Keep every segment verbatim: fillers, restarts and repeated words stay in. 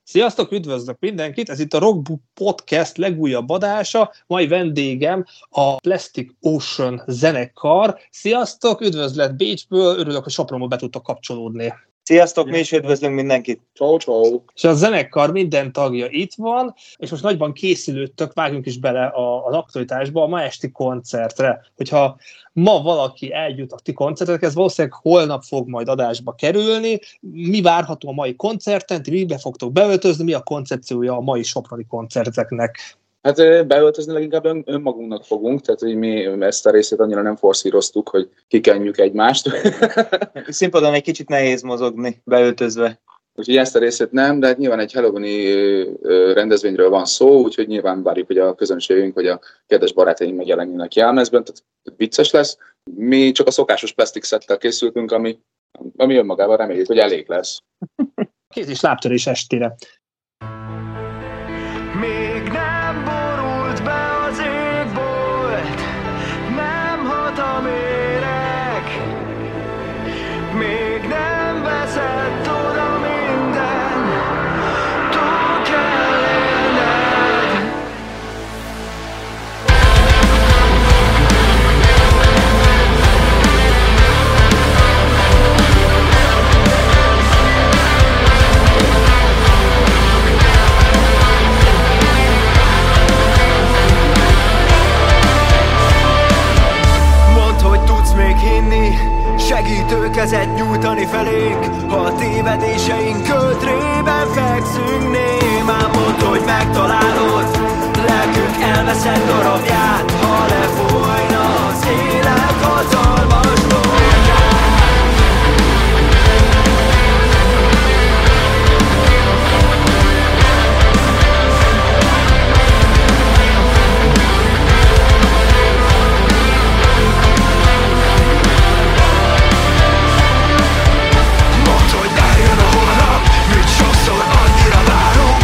Sziasztok, üdvözlök mindenkit! Ez itt a Rockbook Podcast legújabb adása. Mai vendégem a Plastic Ocean zenekar. Sziasztok, üdvözlet Bécsből, örülök, hogy Sopronba be tudtok kapcsolódni. Sziasztok, mi is üdvözlünk mindenkit! Ciao, ciao. És a zenekar minden tagja itt van, és most nagyban készülődtök, vágjunk is bele a, az aktualitásba, a ma esti koncertre. Hogyha ma valaki eljut a ti koncertetek, ez valószínűleg holnap fog majd adásba kerülni. Mi várható a mai koncerten, ti mibe fogtok beöltözni, mi a koncepciója a mai soproni koncerteknek? Hát beöltözni leginkább ön, önmagunknak fogunk, tehát hogy mi ezt a részét annyira nem forszíroztuk, hogy kikenjük egymást. Színpadon egy kicsit nehéz mozogni beöltözve. Úgyhogy ezt a részét nem, de hát nyilván egy Halloweeni rendezvényről van szó, úgyhogy nyilván várjuk, hogy a közönségünk, vagy a kedves barátaink megjelenjenek jelmezben, tehát vicces lesz. Mi csak a szokásos plastic settel készültünk, ami, ami önmagában reméljük, hogy elég lesz. Kéz és lábtörés estére. Még nem borult be az égbolt, nem hat a méreg, még nem veszett oda minden, túl kell élned. Segítőkezet nyújtani felénk, ha a tévedéseink kötrében fekszünk némán. Mondd, hogy megtalálod lelkünk elveszett darabját, ha lefolyna az élet hatalmas lóját. Sokszor annyira várom,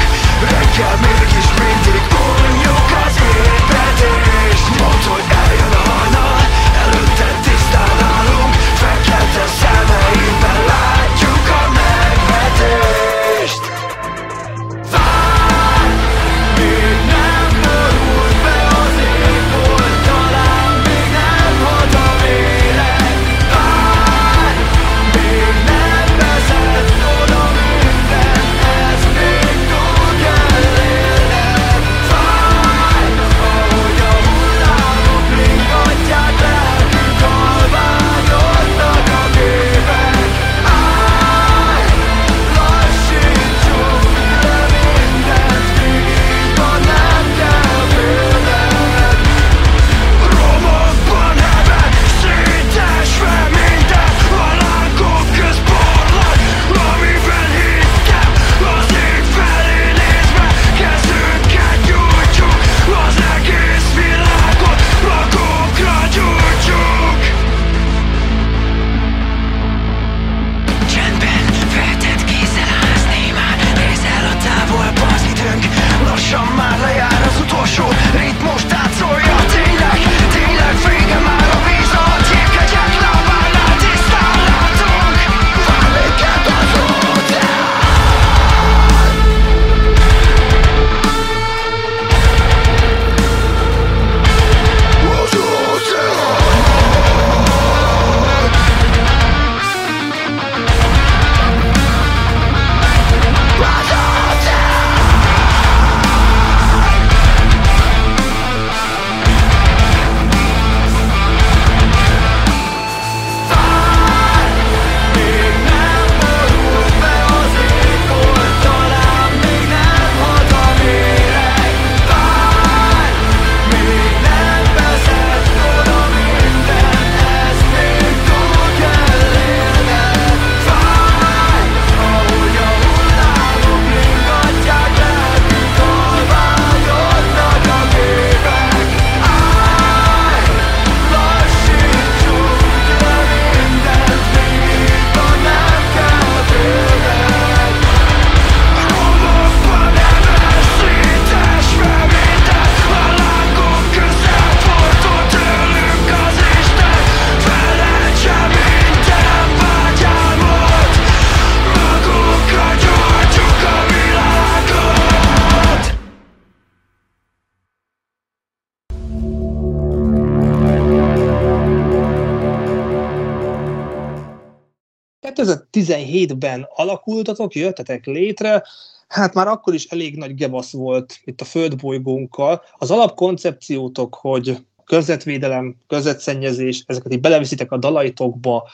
kétezer-tizenhétben alakultatok, jöttetek létre, hát már akkor is elég nagy gebasz volt itt a földbolygónkkal. Az alapkoncepciótok, hogy környezetvédelem, környezetszennyezés, ezeket így beleviszitek a dalaitokba,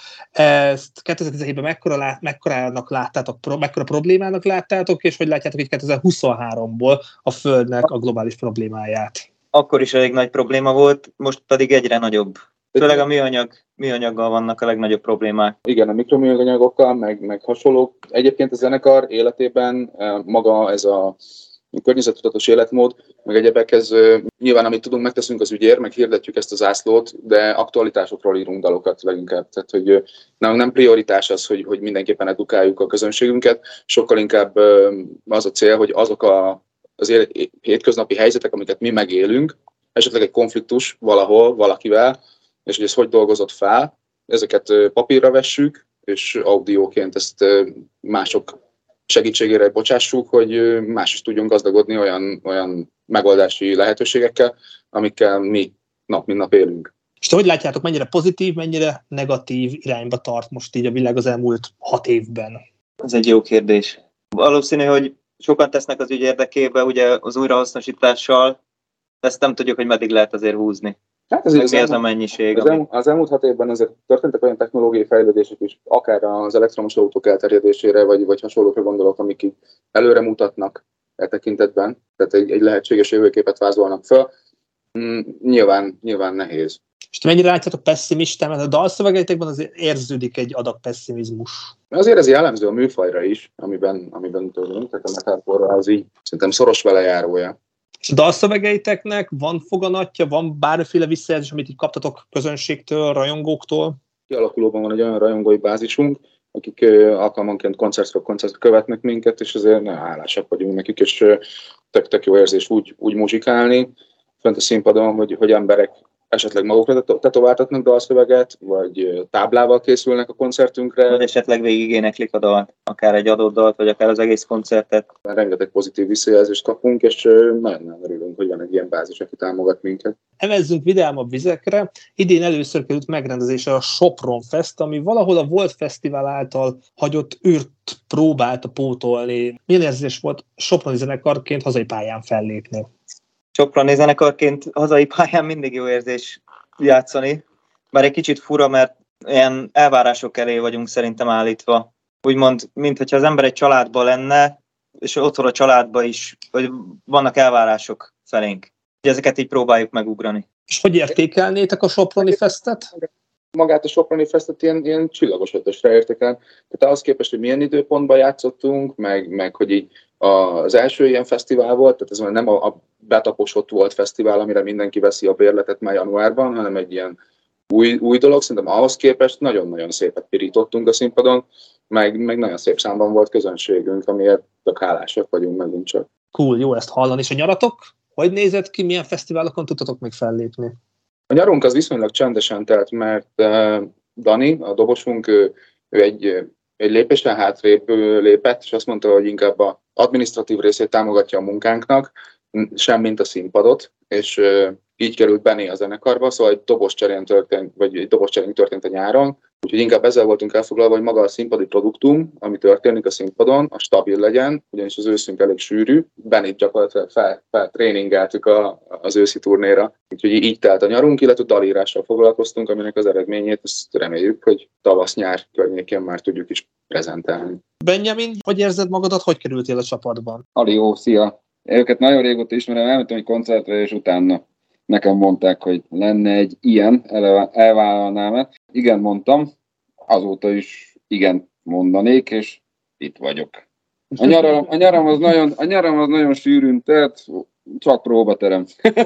ezt kétezer-tizenhétben mekkora, lát, mekkorának láttátok, mekkora problémának láttátok, és hogy látjátok így kétezer-huszonháromból a Földnek a globális problémáját? Akkor is elég nagy probléma volt, most pedig egyre nagyobb. Főleg a műanyag, műanyaggal vannak a legnagyobb problémák. Igen, a mikroműanyagokkal, meg, meg hasonlók. Egyébként a zenekar életében maga ez a környezettudatos életmód, meg egyebek, ez nyilván, amit tudunk, megteszünk az ügyért, meg hirdetjük ezt az ászlót, de aktualitásokról írunk dalokat leginkább. Tehát, hogy nem, nem prioritás az, hogy, hogy mindenképpen edukáljuk a közönségünket, sokkal inkább az a cél, hogy azok a, az élet, hétköznapi helyzetek, amiket mi megélünk, esetleg egy konfliktus valahol, valakivel, és hogy ez hogy dolgozott fel, ezeket papírra vessük, és audióként ezt mások segítségére bocsássuk, hogy más is tudjon gazdagodni olyan, olyan megoldási lehetőségekkel, amikkel mi nap mint nap élünk. És te hogy látjátok, mennyire pozitív, mennyire negatív irányba tart most így a világ az elmúlt hat évben? Ez egy jó kérdés. Valószínű, hogy sokan tesznek az ügy érdekébe, ugye az újrahasznosítással, ezt nem tudjuk, hogy meddig lehet azért húzni. Hát ez az, mi az a mennyiség? Az, elmúlt, az elmúlt hat évben azért történtek olyan technológiai fejlődések is, akár az elektromos autók elterjedésére, vagy, vagy hasonlókra gondolok, amik így előre mutatnak e tekintetben, tehát egy, egy lehetséges jövőképet vázolnak föl. Mm, nyilván, nyilván nehéz. És te mennyire látjátok pessimistán, mert a dalszövegeitekben azért érződik egy adag pessimizmus. Azért ez jellemző a műfajra is, amiben, amiben utazunk, tehát a metalcore az így szerintem szoros velejárója. És a dalszövegeiteknek van foganatja, van bármiféle visszajelzés, amit így kaptatok közönségtől, rajongóktól? Kialakulóban van egy olyan rajongói bázisunk, akik alkalmanként koncertről koncertre követnek minket, és azért nagyon hálásak vagyunk nekik, és tök, tök jó érzés úgy, úgy muzsikálni fent a színpadon, hogy, hogy emberek esetleg magukra tetováltatnak dalszöveget, vagy táblával készülnek a koncertünkre. Vagy esetleg végig éneklik a dalt, akár egy adott dalt, vagy akár az egész koncertet. Rengeteg pozitív visszajelzést kapunk, és nagyon örülünk, hogy van egy ilyen bázis, aki támogat minket. Emezzünk vidámabb vizekre. Idén először került megrendezésre a Sopron Fest, ami valahol a Volt Fesztivál által hagyott űrt próbálta pótolni. Milyen érzés volt soproni zenekarként hazai pályán fellépni? Soproni zenekarként hazai pályán mindig jó érzés játszani, bár egy kicsit fura, mert ilyen elvárások elé vagyunk szerintem állítva. Úgymond, mintha az ember egy családban lenne, és otthon a családban is, hogy vannak elvárások felénk. Ugye ezeket így próbáljuk megugrani. És hogy értékelnétek a Soproni Festet? Magát a Soproni Festet ilyen, ilyen csillagos ötösre értékel. Tehát ahhoz képest, hogy milyen időpontban játszottunk, meg, meg hogy így az első ilyen fesztivál volt, tehát ez nem a, a betaposott volt fesztivál, amire mindenki veszi a bérletet már januárban, hanem egy ilyen új, új dolog. Szerintem ahhoz képest nagyon-nagyon szépet pirítottunk a színpadon, meg, meg nagyon szép számban volt közönségünk, amiért tök hálásak vagyunk megint csak. Cool, jó ezt hallani. És a nyaratok? Hogy nézett ki, milyen fesztiválokon tudtatok még fellépni? A nyarunk az viszonylag csendesen telt, mert uh, Dani, a dobosunk, ő, ő egy, egy lépéssel hátrébb lépett, és azt mondta, hogy inkább az adminisztratív részét támogatja a munkánknak, sem mint a színpadot, és uh, így került Benni a zenekarba, szóval egy doboscserén történt, vagy egy doboscserénk történt a nyáron, úgyhogy inkább ezzel voltunk elfoglalva, hogy maga a színpadi produktum, ami történik a színpadon, a stabil legyen, ugyanis az őszünk elég sűrű. Bennit gyakorlatilag fel, feltréningeltük a, az őszi turnéra, úgyhogy így telt a nyarunk, illetve dalírással foglalkoztunk, aminek az eredményét azt reméljük, hogy tavasz-nyár környékén már tudjuk is prezentálni. Benjamin, hogy érzed magadat, hogy kerültél a csapatban? Ali, jó, szia! Őket nagyon régóta ismerem, elmentem egy koncertre, és utána nekem mondták, hogy lenne egy ilyen, elvállalnám. Igen, mondtam, azóta is igen mondanék, és itt vagyok. A nyaram, a nyaram, az, nagyon, a nyaram az nagyon sűrűn telt, csak próbaterem.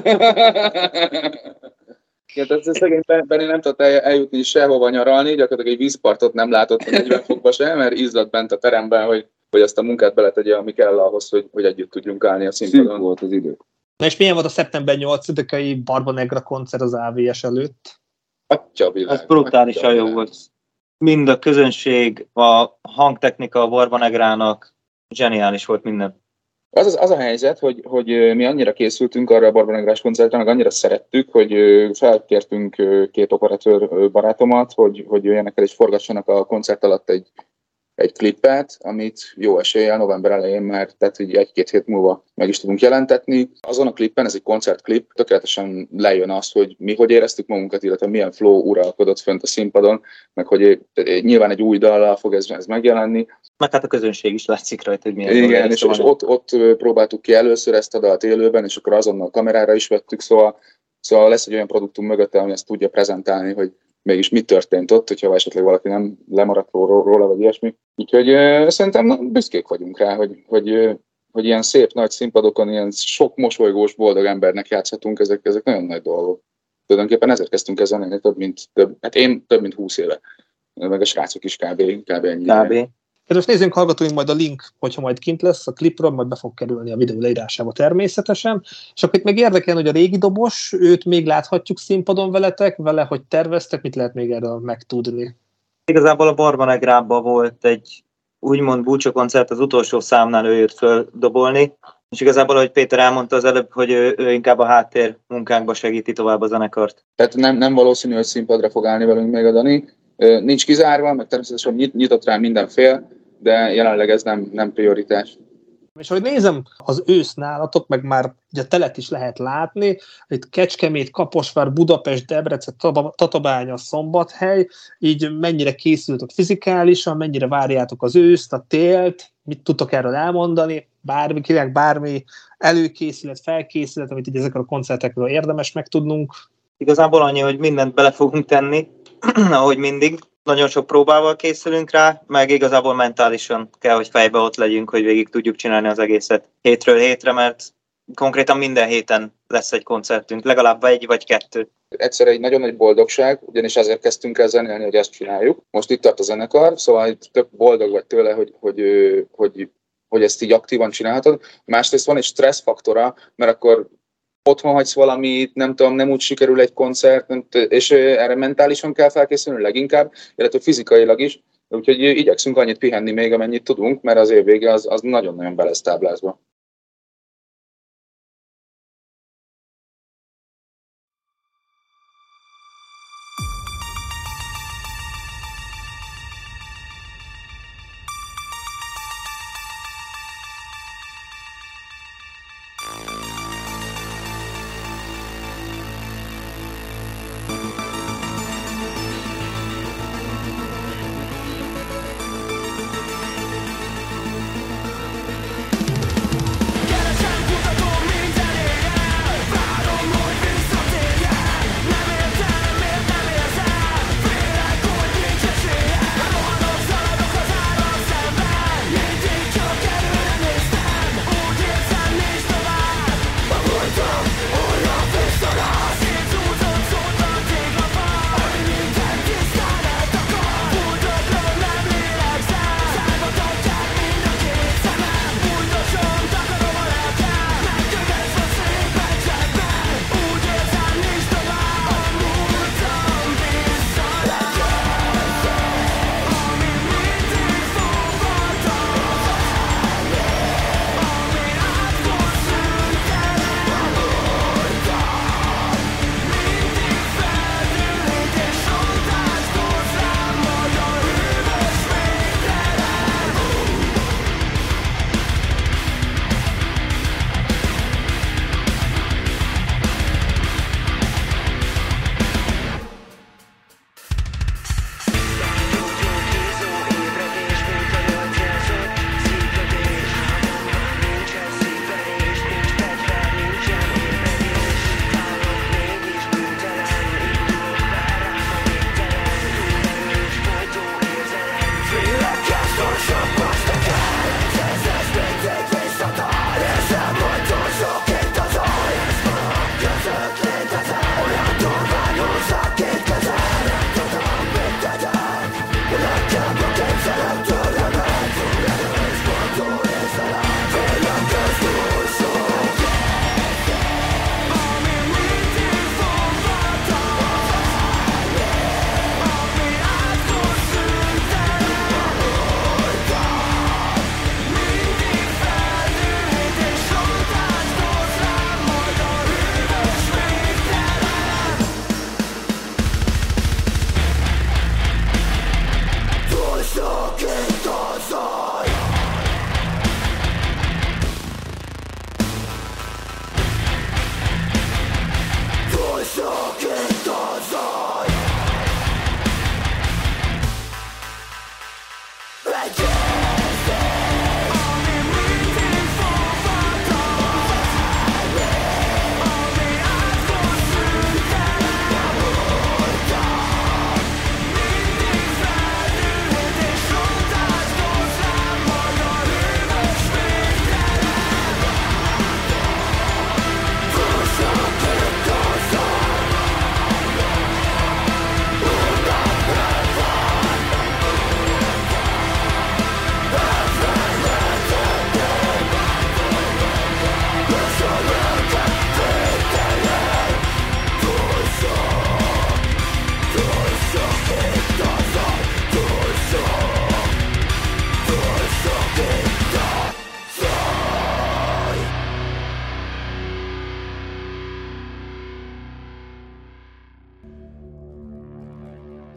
Ja, tehát szegény Benni nem tudott eljutni sehova nyaralni, gyakorlatilag egy vízpartot nem látott a negyven fokba sem, mert izzadt bent a teremben, hogy, hogy azt a munkát beletegye, ami kell ahhoz, hogy, hogy együtt tudjunk állni a színpadon. Szűk volt az idő. Na és milyen volt a szeptember nyolcadikai Barba Negra koncert az á vé es előtt? Atya világ. Az brutálisan jó volt. Mind a közönség, a hangtechnika a Barba Negrának, zseniális volt minden. Az, az, az a helyzet, hogy, hogy mi annyira készültünk arra a Barbanegrás koncertre, meg annyira szerettük, hogy felkértünk két operatőr barátomat, hogy, hogy jöjjenek el és forgassanak a koncert alatt egy, egy klippet, amit jó eséllyel november elején már, tehát így egy-két hét múlva meg is tudunk jelentetni. Azon a klippen, ez egy koncertklip, tökéletesen lejön az, hogy mi hogy éreztük magunkat, illetve milyen flow uralkodott fönt a színpadon, meg hogy nyilván egy új dallal fog ez, ez megjelenni. Meg hát a közönség is látszik rajta, hogy milyen. Igen, és, és ott, ott próbáltuk ki először ezt a dalt élőben, és akkor azonnal kamerára is vettük, szóval, szóval lesz egy olyan produktum mögötte, ami ezt tudja prezentálni, hogy mégis mi történt ott, hogyha esetleg valaki nem lemaradt róla, vagy ilyesmi. Úgyhogy uh, szerintem na, büszkék vagyunk rá, hogy, hogy, uh, hogy ilyen szép nagy színpadokon, ilyen sok mosolygós, boldog embernek játszhatunk, ezek, ezek nagyon nagy dolgok. Tulajdonképpen ezért kezdtünk ezen, több mint, több, hát én több mint húsz éve, meg a srácok is kb. kb. ennyi. Kb. Most nézzünk, hallgatóink, majd a link, hogyha majd kint lesz a klipről, majd be fog kerülni a videó leírásába természetesen. És akkor itt még érdekel, hogy a régi dobos, őt még láthatjuk színpadon veletek, vele, hogy terveztek, mit lehet még erről megtudni? Igazából a Barbanegrában volt egy úgymond búcsúkoncert, az utolsó számnál ő jött föl dobolni, és igazából, ahogy Péter elmondta az előbb, hogy ő, ő inkább a háttér munkánkba segíti tovább a zenekart. Tehát nem, nem valószínű, hogy színpadra fog állni velünk még a Dani. Nincs kizárva, meg természetesen nyit, nyitott rá mindenfél, de jelenleg ez nem, nem prioritás. És ahogy nézem az ősz nálatok, meg már ugye a telet is lehet látni, itt Kecskemét, Kaposvár, Budapest, Debrecen, Tatabánya, Szombathely, így mennyire készültök fizikálisan, mennyire várjátok az őszt, a télt, mit tudtok erről elmondani, bármikinek bármi előkészület, felkészület, amit így ezekről a koncertekről érdemes megtudnunk. Igazából annyi, hogy mindent bele fogunk tenni, ahogy mindig. Nagyon sok próbával készülünk rá, meg igazából mentálisan kell, hogy fejbe ott legyünk, hogy végig tudjuk csinálni az egészet hétről hétre, mert konkrétan minden héten lesz egy koncertünk, legalább egy vagy kettő. Egyszer egy nagyon nagy boldogság, ugyanis ezért kezdtünk el zenélni, hogy ezt csináljuk. Most itt tart a zenekar, szóval tök boldog vagy tőle, hogy, hogy, hogy, hogy ezt így aktívan csinálhatod. Másrészt van egy stressz faktora, mert akkor otthon hagysz valamit, nem tudom, nem úgy sikerül egy koncert, nem t- és erre mentálisan kell felkészülni leginkább, illetve fizikailag is, úgyhogy igyekszünk annyit pihenni még, amennyit tudunk, mert az év vége az, az nagyon-nagyon be lesz táblázva.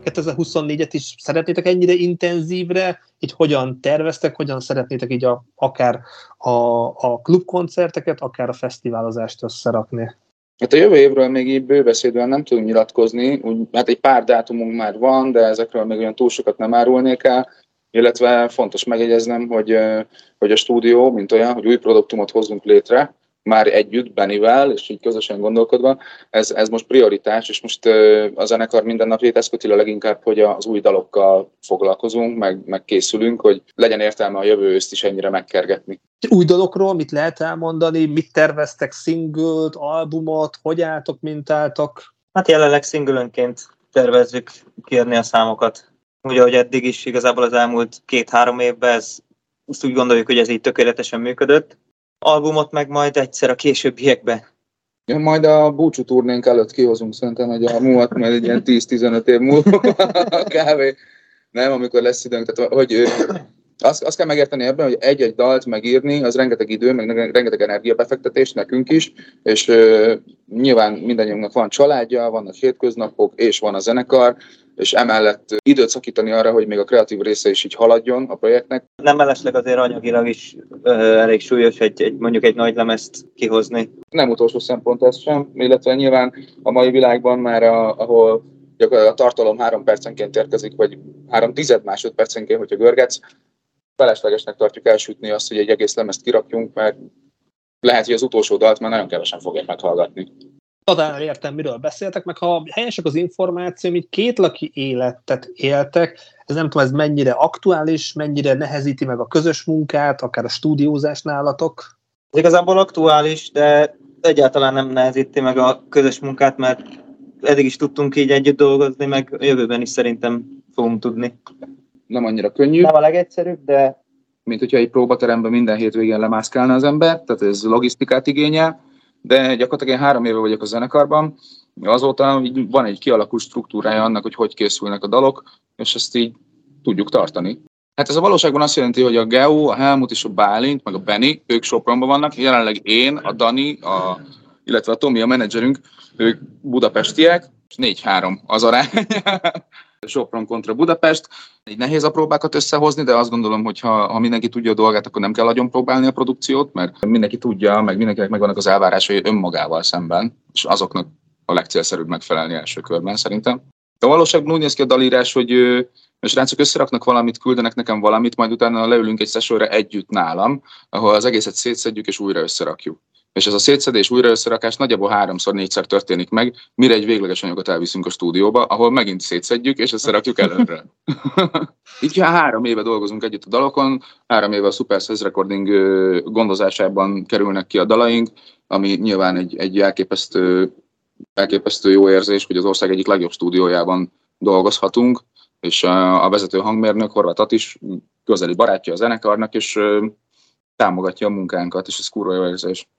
kétezer-huszonnégyet is szeretnétek ennyire intenzívre, így hogyan terveztek, hogyan szeretnétek így a, akár a, a klubkoncerteket, akár a fesztiválozást összerakni? Hát a jövő évről még így bőbeszédben nem tudunk nyilatkozni, úgy, hát egy pár dátumunk már van, de ezekről még olyan túl sokat nem árulnék el, illetve fontos megjegyeznem, hogy, hogy a stúdió, mint olyan, hogy új produktumot hozzunk létre, már együtt, Bennivel, és így közösen gondolkodva, ez, ez most prioritás, és most a zenekar minden nap ezt köti leginkább, hogy az új dalokkal foglalkozunk, meg, meg készülünk, hogy legyen értelme a jövő őszt is ennyire megkergetni. Új dalokról mit lehet elmondani? Mit terveztek? Singlet, albumot? Hogy álltok, mint álltok? Hát jelenleg singlönként tervezzük kérni a számokat. Ugye, ahogy eddig is igazából az elmúlt két-három évben ez, azt úgy gondoljuk, hogy ez így tökéletesen működött. Albumot meg majd egyszer a későbbiekben. Ja, majd a búcsú turnénk előtt kihozunk szerintem egy albumot, majd egy ilyen tíz-tizenöt év múlva kávé. Nem, amikor lesz időnk. Tehát, hogy azt, azt kell megérteni ebben, hogy egy-egy dalt megírni, az rengeteg idő, meg rengeteg energiabefektetés nekünk is, és uh, nyilván mindannyiunknak van családja, vannak hétköznapok, és van a zenekar, és emellett időt szakítani arra, hogy még a kreatív része is így haladjon a projektnek. Nem mellesleg azért anyagilag is uh, elég súlyos egy, egy, mondjuk egy nagy lemezt kihozni. Nem utolsó szempont ez sem, illetve nyilván a mai világban már, a, ahol gyakorlatilag a tartalom három percenként érkezik, vagy három tized másodpercenként, hogyha görgetsz, feleslegesnek tartjuk elsütni azt, hogy egy egész lemezt kirakjunk, mert lehet, hogy az utolsó dalt már nagyon kevesen fogják meghallgatni. Totál értem, miről beszéltek, meg ha helyesek az információ, hogy kétlaki életet éltek, ez nem tudom, ez mennyire aktuális, mennyire nehezíti meg a közös munkát, akár a stúdiózás nálatok? Ez igazából aktuális, de egyáltalán nem nehezíti meg a közös munkát, mert eddig is tudtunk így együtt dolgozni, meg a jövőben is szerintem fogunk tudni. Nem annyira könnyű. Nem a legegyszerűbb, de... Mint hogyha egy próbateremben minden hétvégén lemászkálna az ember, tehát ez logisztikát igényel, de gyakorlatilag én három éve vagyok a zenekarban, azóta így van egy kialakult struktúrája annak, hogy hogy készülnek a dalok, és ezt így tudjuk tartani. Hát ez a valóságban azt jelenti, hogy a Geo, a Helmut és a Bálint, meg a Benni, ők Sopronban vannak, jelenleg én, a Dani, a, illetve a Tomi, a menedzserünk, ők budapestiek, és négy-három az arány. Sopron kontra Budapest. Így nehéz a próbákat összehozni, de azt gondolom, hogy ha, ha mindenki tudja a dolgát, akkor nem kell nagyon próbálni a produkciót, mert mindenki tudja, meg mindenkinek megvannak az elvárásai önmagával szemben, és azoknak a legcélszerűbb megfelelni első körben szerintem. De a valóságban úgy néz ki a dalírás, hogy a srácok összeraknak valamit, küldenek nekem valamit, majd utána leülünk egy sessionre együtt nálam, ahol az egészet szétszedjük és újra összerakjuk. És ez a szétszedés, újra összerakás nagyjából háromszor, négyszer történik meg, mire egy végleges anyagot elviszünk a stúdióba, ahol megint szétszedjük, és összerakjuk előre. Így három éve dolgozunk együtt a dalokon, három éve a Super Says Recording gondozásában kerülnek ki a dalaink, ami nyilván egy, egy elképesztő, elképesztő jó érzés, hogy az ország egyik legjobb stúdiójában dolgozhatunk, és a, a vezető hangmérnök, Horváth Attis, közeli barátja a zenekarnak, és támogatja a munkánkat, és ez kurva jó érzés.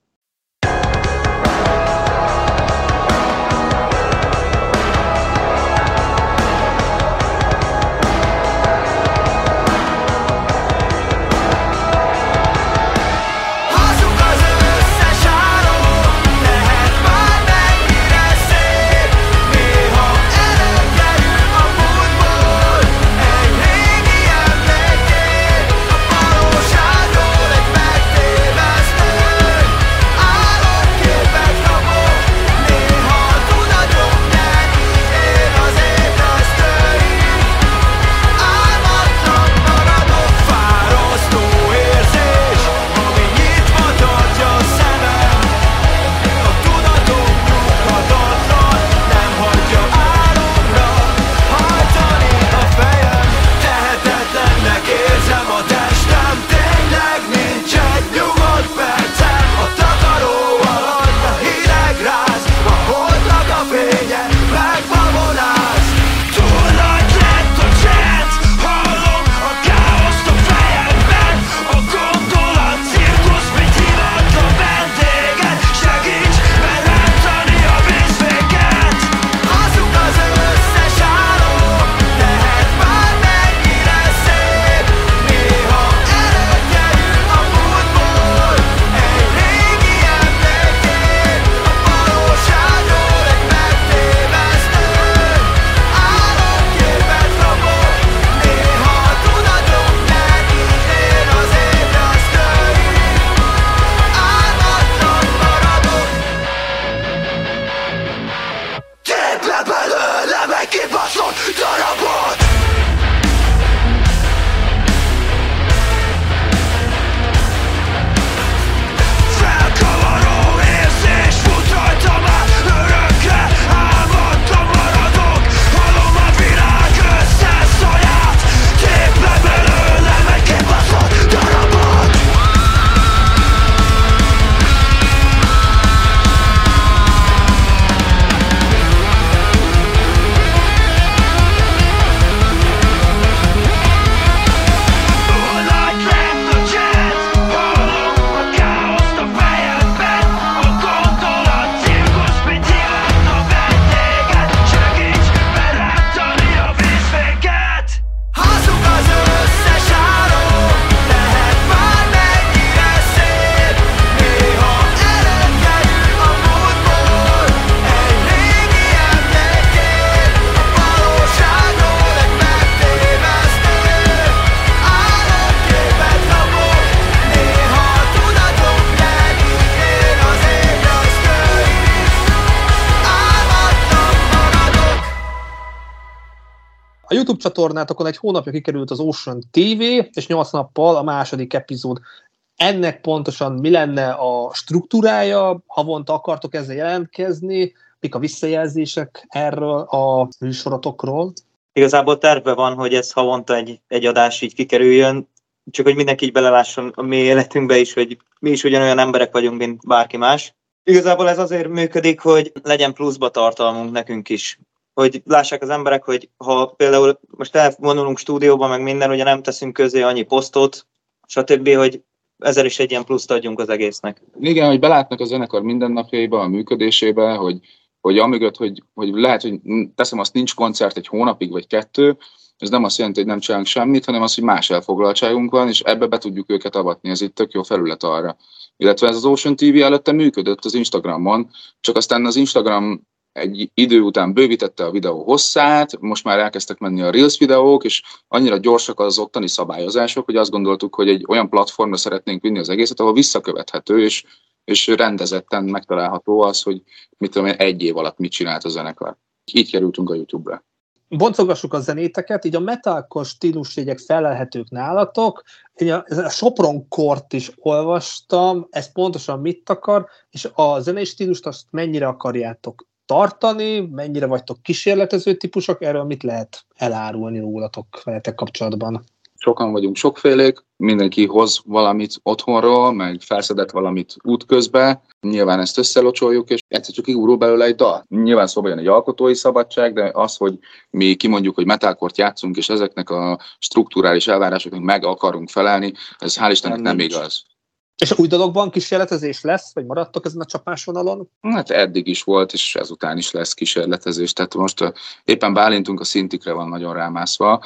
A YouTube csatornátokon egy hónapja kikerült az Ocean té vé, és nyolc nappal a második epizód. Ennek pontosan mi lenne a struktúrája? Havonta akartok ezzel jelentkezni? Mik a visszajelzések erről a műsorotokról? Igazából terve van, hogy ez havonta egy, egy adás így kikerüljön, csak hogy mindenki így belelásson a mi életünkbe is, hogy mi is ugyanolyan emberek vagyunk, mint bárki más. Igazából ez azért működik, hogy legyen pluszba tartalmunk nekünk is. Hogy lássák az emberek, hogy ha például most elvonulunk stúdióba, meg minden, ugye nem teszünk közé annyi posztot, stb., hogy ezzel is egy ilyen pluszt adjunk az egésznek. Igen, hogy belátnak a zenekar mindennapjaiba, a működésébe, hogy, hogy amögött, hogy, hogy lehet, hogy teszem azt, nincs koncert egy hónapig vagy kettő, ez nem azt jelenti, hogy nem csinálunk semmit, hanem az, hogy más elfoglaltságunk van, és ebbe be tudjuk őket avatni, ez itt tök jó felület arra. Illetve ez az Ocean té vé előtte működött az Instagramon, csak aztán az Instagram egy idő után bővítette a videó hosszát, most már elkezdtek menni a Reels videók, és annyira gyorsak az ottani szabályozások, hogy azt gondoltuk, hogy egy olyan platformra szeretnénk vinni az egészet, ahol visszakövethető, és, és rendezetten megtalálható az, hogy mit tudom én, egy év alatt mit csinált a zenekar. Így kerültünk a YouTube-ra. Boncogassuk a zenéteket, így a metalcore stílusjegyek felelhetők nálatok, én a, a Sopron Kort is olvastam, ez pontosan mit akar, és a zenei stílust azt mennyire akarjátok tartani, mennyire vagytok kísérletező típusok, erről mit lehet elárulni rólatok veletek kapcsolatban? Sokan vagyunk sokfélék, mindenki hoz valamit otthonról, meg felszedett valamit útközben, nyilván ezt összelocsoljuk, és egyszer csak kiúrul belőle egy dal. Nyilván szóba jön egy alkotói szabadság, de az, hogy mi kimondjuk, hogy metalcore-t játszunk, és ezeknek a strukturális elvárásoknak meg akarunk felelni, ez hál' Istennek nem, nem igaz. És új dologban kísérletezés lesz, vagy maradtok ezen a csapásvonalon? Hát eddig is volt, és ezután is lesz kísérletezés. Tehát most uh, éppen Bálintunk a szintikre van nagyon rámászva.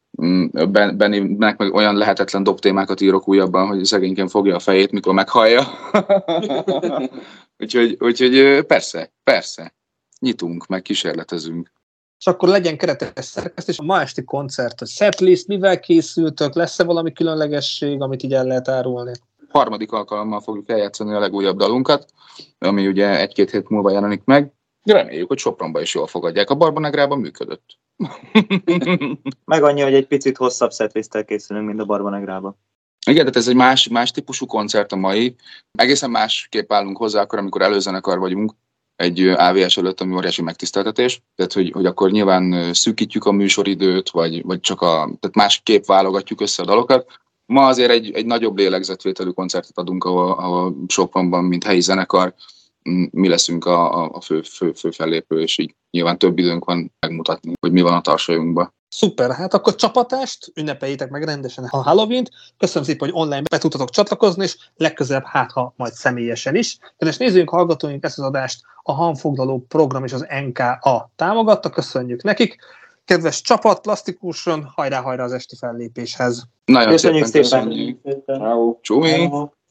Ben, Benninek meg olyan lehetetlen dobtémákat írok újabban, hogy szegényként fogja a fejét, mikor meghallja. úgyhogy, úgyhogy persze, persze. Nyitunk, meg kísérletezünk. És akkor legyen keretes szerkesztés. A ma esti koncert, a setlist, mivel készültök? Lesz-e valami különlegesség, amit így el lehet árulni? Harmadik alkalommal fogjuk eljátszani a legújabb dalunkat, ami ugye egy-két hét múlva jelenik meg. Reméljük, hogy Sopronban is jól fogadják. A Barbanegrában működött. Meg annyi, hogy egy picit hosszabb setlisttel készülünk, mint a Barbanegrában. Igen, tehát ez egy más, más típusú koncert a mai. Egészen másképp állunk hozzá akkor, amikor előzenekar vagyunk egy á vé es előtt, ami óriási megtiszteltetés. Tehát, hogy, hogy akkor nyilván szűkítjük a műsoridőt, vagy, vagy csak a, tehát másképp válogatjuk össze a dalokat. Ma azért egy, egy nagyobb lélegzetvételű koncertet adunk, ahol, ahol Sopronban, mint helyi zenekar, mi leszünk a, a fő, fő, fő fellépő, és így nyilván több időnk van megmutatni, hogy mi van a tarsajunkban. Szuper, hát akkor csapatást, ünnepeljétek meg rendesen a Halloween-t. Köszönöm szépen, hogy online be tudtatok csatlakozni, és legközelebb hát, ha majd személyesen is. Kedves nézőink, hallgatóink, ezt az adást a Hangfoglaló program és az en ká á támogatta, köszönjük nekik. Kedves csapat, plastikuson, hajrá-hajrá az esti fellépéshez. Nagyon Köszönjük szépen, szépen. köszönjük. szépen. Ciao. Csumi.